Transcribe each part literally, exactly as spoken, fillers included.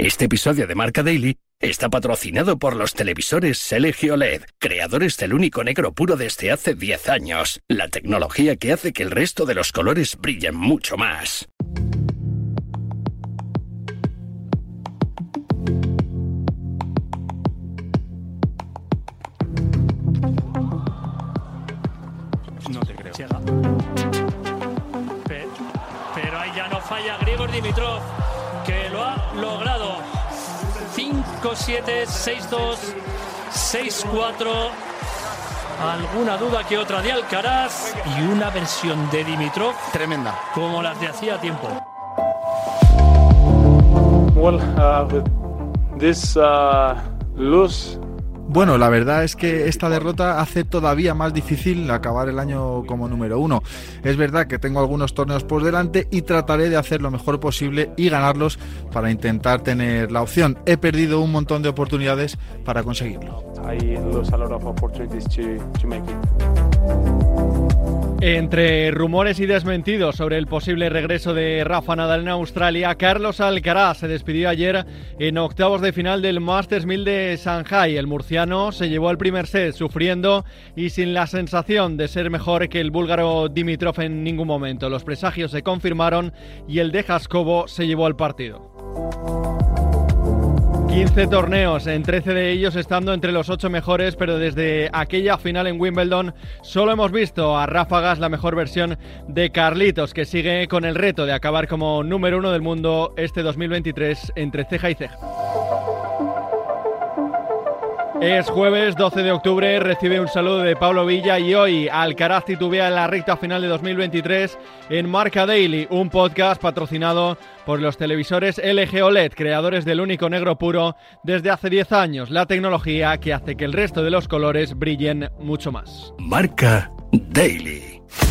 Este episodio de Marca Daily está patrocinado por los televisores L G O L E D, creadores del único negro puro desde hace diez años. La tecnología que hace que el resto de los colores brillen mucho más. No te creo. Pero, pero ahí ya no falla Grigor Dimitrov, que lo ha logrado. cinco siete, seis dos, seis cuatro. Alguna duda que otra de Alcaraz y una versión de Dimitrov tremenda, como las de hacía tiempo. Well, uh, with this uh, loss. Bueno, la verdad es que esta derrota hace todavía más difícil acabar el año como número uno. Es verdad que tengo algunos torneos por delante y trataré de hacer lo mejor posible y ganarlos para intentar tener la opción. He perdido un montón de oportunidades para conseguirlo. I lose a lot of opportunities to, to make it. Entre rumores y desmentidos sobre el posible regreso de Rafa Nadal en Australia, Carlos Alcaraz se despidió ayer en octavos de final del Masters mil de Shanghai. El murciano se llevó el primer set sufriendo y sin la sensación de ser mejor que el búlgaro Dimitrov en ningún momento. Los presagios se confirmaron y el de Jaskovo se llevó el partido. quince torneos, en trece de ellos estando entre los ocho mejores, pero desde aquella final en Wimbledon solo hemos visto a ráfagas la mejor versión de Carlitos, que sigue con el reto de acabar como número uno del mundo este dos mil veintitrés entre ceja y ceja. Es jueves doce de octubre, recibe un saludo de Pablo Villa y hoy Alcaraz titubea en la recta final de dos mil veintitrés en Marca Daily, un podcast patrocinado por los televisores L G O L E D, creadores del único negro puro desde hace diez años, la tecnología que hace que el resto de los colores brillen mucho más. Marca Daily.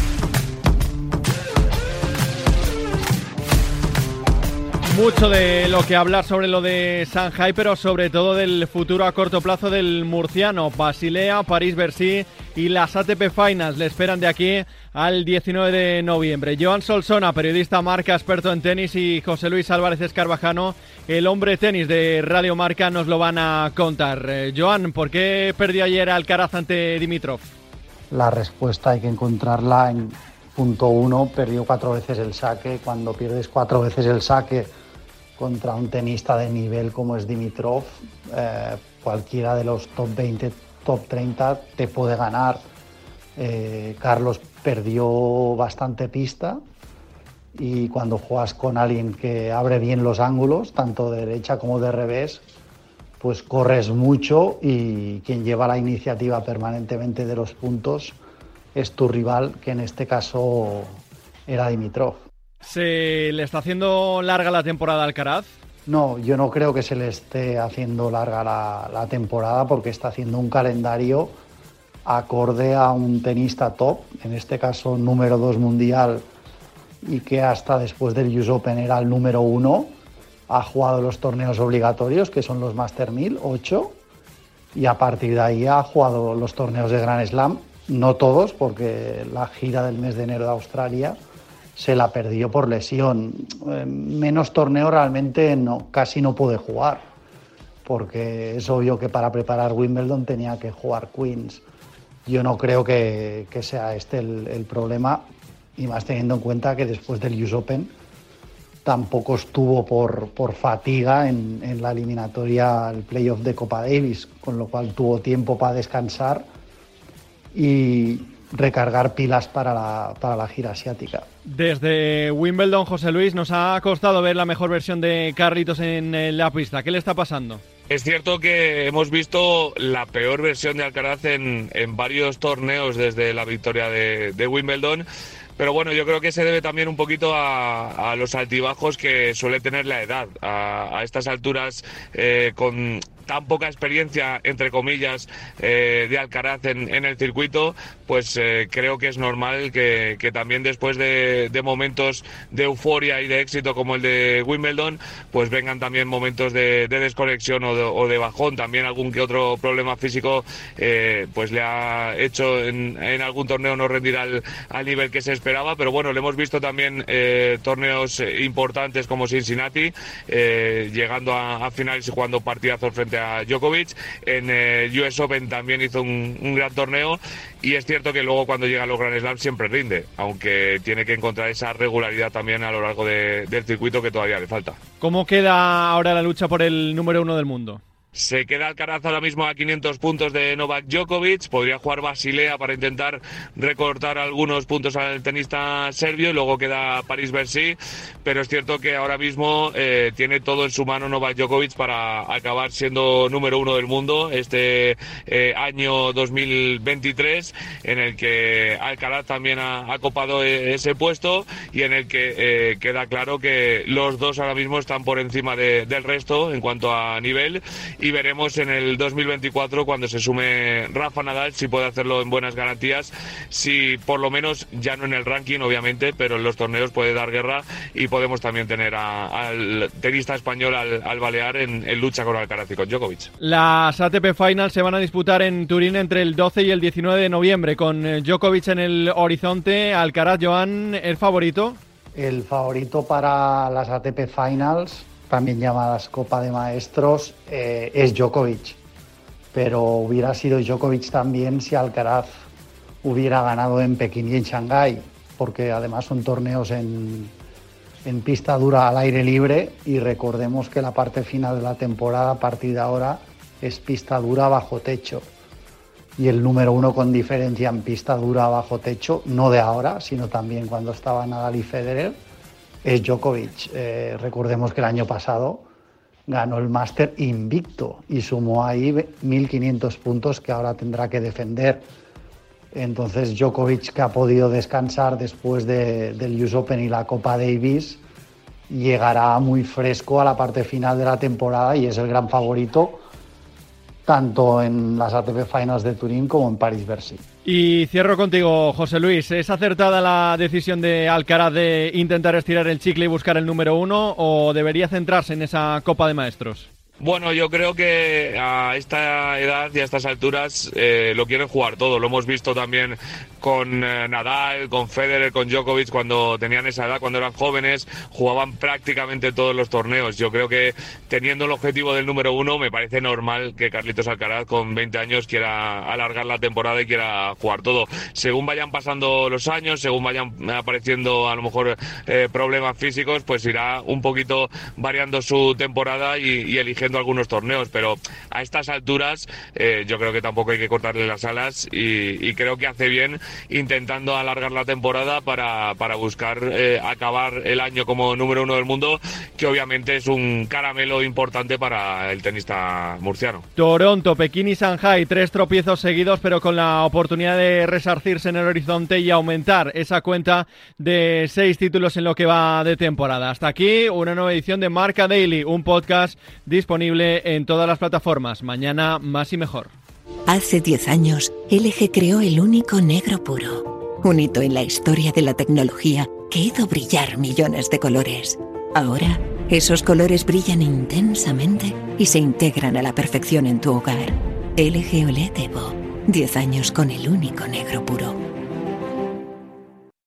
Mucho de lo que hablar sobre lo de Shanghai, pero sobre todo del futuro a corto plazo del murciano. Basilea, París-Bercy y las A T P Finals le esperan de aquí al diecinueve de noviembre. Joan Solsona, periodista Marca, experto en tenis, y José Luis Álvarez Escarvajano, el hombre tenis de Radio Marca, nos lo van a contar. Eh, Joan, ¿por qué perdió ayer Alcaraz ante Dimitrov? La respuesta hay que encontrarla en punto uno. Perdió cuatro veces el saque. Cuando pierdes cuatro veces el saque contra un tenista de nivel como es Dimitrov, eh, cualquiera de los top veinte, top treinta te puede ganar. Eh, Carlos perdió bastante pista y cuando juegas con alguien que abre bien los ángulos, tanto de derecha como de revés, pues corres mucho y quien lleva la iniciativa permanentemente de los puntos es tu rival, que en este caso era Dimitrov. ¿Se le está haciendo larga la temporada a Alcaraz? No, yo no creo que se le esté haciendo larga la, la temporada, porque está haciendo un calendario acorde a un tenista top, en este caso número dos mundial, y que hasta después del U S Open era el número uno. Ha jugado los torneos obligatorios, que son los Master mil, ocho, y a partir de ahí ha jugado los torneos de Grand Slam, no todos, porque la gira del mes de enero de Australia se la perdió por lesión. Eh, menos torneos realmente no, casi no pude jugar, porque es obvio que para preparar Wimbledon tenía que jugar Queens. Yo no creo que, que sea este el, el problema, y más teniendo en cuenta que después del U S Open tampoco estuvo por, por fatiga en, en la eliminatoria al playoff de Copa Davis, con lo cual tuvo tiempo para descansar y recargar pilas para la, para la gira asiática. Desde Wimbledon, José Luis, nos ha costado ver la mejor versión de Carlitos en la pista. ¿Qué le está pasando? Es cierto que hemos visto la peor versión de Alcaraz en, en varios torneos desde la victoria de, de Wimbledon, pero bueno, yo creo que se debe también un poquito a, a los altibajos que suele tener la edad. A, a estas alturas, eh, con tan poca experiencia, entre comillas, eh, de Alcaraz en, en el circuito, pues eh, creo que es normal que, que también después de, de momentos de euforia y de éxito como el de Wimbledon, pues vengan también momentos de, de desconexión o de, o de bajón. También algún que otro problema físico eh, pues le ha hecho en, en algún torneo no rendir al, al nivel que se esperaba, pero bueno, le hemos visto también eh, torneos importantes como Cincinnati, eh, llegando a, a finales y jugando partidazos frente a Djokovic. En el U S Open también hizo un, un gran torneo, y es cierto que luego cuando llega a los Grand Slam siempre rinde, aunque tiene que encontrar esa regularidad también a lo largo de, del circuito que todavía le falta. ¿Cómo queda ahora la lucha por el número uno del mundo? Se queda Alcaraz ahora mismo a quinientos puntos de Novak Djokovic. Podría jugar Basilea para intentar recortar algunos puntos al tenista serbio, y luego queda París-Bercy, pero es cierto que ahora mismo eh, tiene todo en su mano Novak Djokovic para acabar siendo número uno del mundo este eh, año dos mil veintitrés, en el que Alcaraz también ha, ha copado ese puesto, y en el que eh, queda claro que los dos ahora mismo están por encima de, del resto en cuanto a nivel. Y veremos en el dos mil veinticuatro, cuando se sume Rafa Nadal, si puede hacerlo en buenas garantías, si por lo menos, ya no en el ranking obviamente, pero en los torneos puede dar guerra, y podemos también tener a, al tenista español, al, al balear, en, en lucha con Alcaraz y con Djokovic. Las A T P Finals se van a disputar en Turín entre el doce y el diecinueve de noviembre, con Djokovic en el horizonte. Alcaraz, Joan, ¿el favorito? El favorito para las A T P Finals, también llamadas Copa de Maestros, eh, es Djokovic, pero hubiera sido Djokovic también si Alcaraz hubiera ganado en Pekín y en Shanghái, porque además son torneos en, en pista dura al aire libre, y recordemos que la parte final de la temporada a partir de ahora es pista dura bajo techo, y el número uno con diferencia en pista dura bajo techo, no de ahora, sino también cuando estaba Nadal y Federer, es Djokovic. Eh, recordemos que el año pasado ganó el Máster invicto y sumó ahí mil quinientos puntos que ahora tendrá que defender. Entonces Djokovic, que ha podido descansar después de, del U S Open y la Copa Davis, llegará muy fresco a la parte final de la temporada y es el gran favorito tanto en las A T P Finals de Turín como en París-Bercy. Y cierro contigo, José Luis. ¿Es acertada la decisión de Alcaraz de intentar estirar el chicle y buscar el número uno, o debería centrarse en esa Copa de Maestros? Bueno, yo creo que a esta edad y a estas alturas eh, lo quieren jugar todo. Lo hemos visto también con eh, Nadal, con Federer, con Djokovic, cuando tenían esa edad, cuando eran jóvenes, jugaban prácticamente todos los torneos. Yo creo que teniendo el objetivo del número uno, me parece normal que Carlitos Alcaraz con veinte años quiera alargar la temporada y quiera jugar todo. Según vayan pasando los años, según vayan apareciendo a lo mejor eh, problemas físicos, pues irá un poquito variando su temporada y, y eligiendo algunos torneos, pero a estas alturas eh, yo creo que tampoco hay que cortarle las alas, y, y creo que hace bien intentando alargar la temporada para, para buscar eh, acabar el año como número uno del mundo, que obviamente es un caramelo importante para el tenista murciano. Toronto, Pekín y Shanghái, tres tropiezos seguidos, pero con la oportunidad de resarcirse en el horizonte y aumentar esa cuenta de seis títulos en lo que va de temporada. Hasta aquí una nueva edición de Marca Daily, un podcast disponible en todas las plataformas. Mañana más y mejor. Hace diez años, L G creó el único negro puro. Un hito en la historia de la tecnología que hizo brillar millones de colores. Ahora, esos colores brillan intensamente y se integran a la perfección en tu hogar. L G O L E D Evo. diez años con el único negro puro.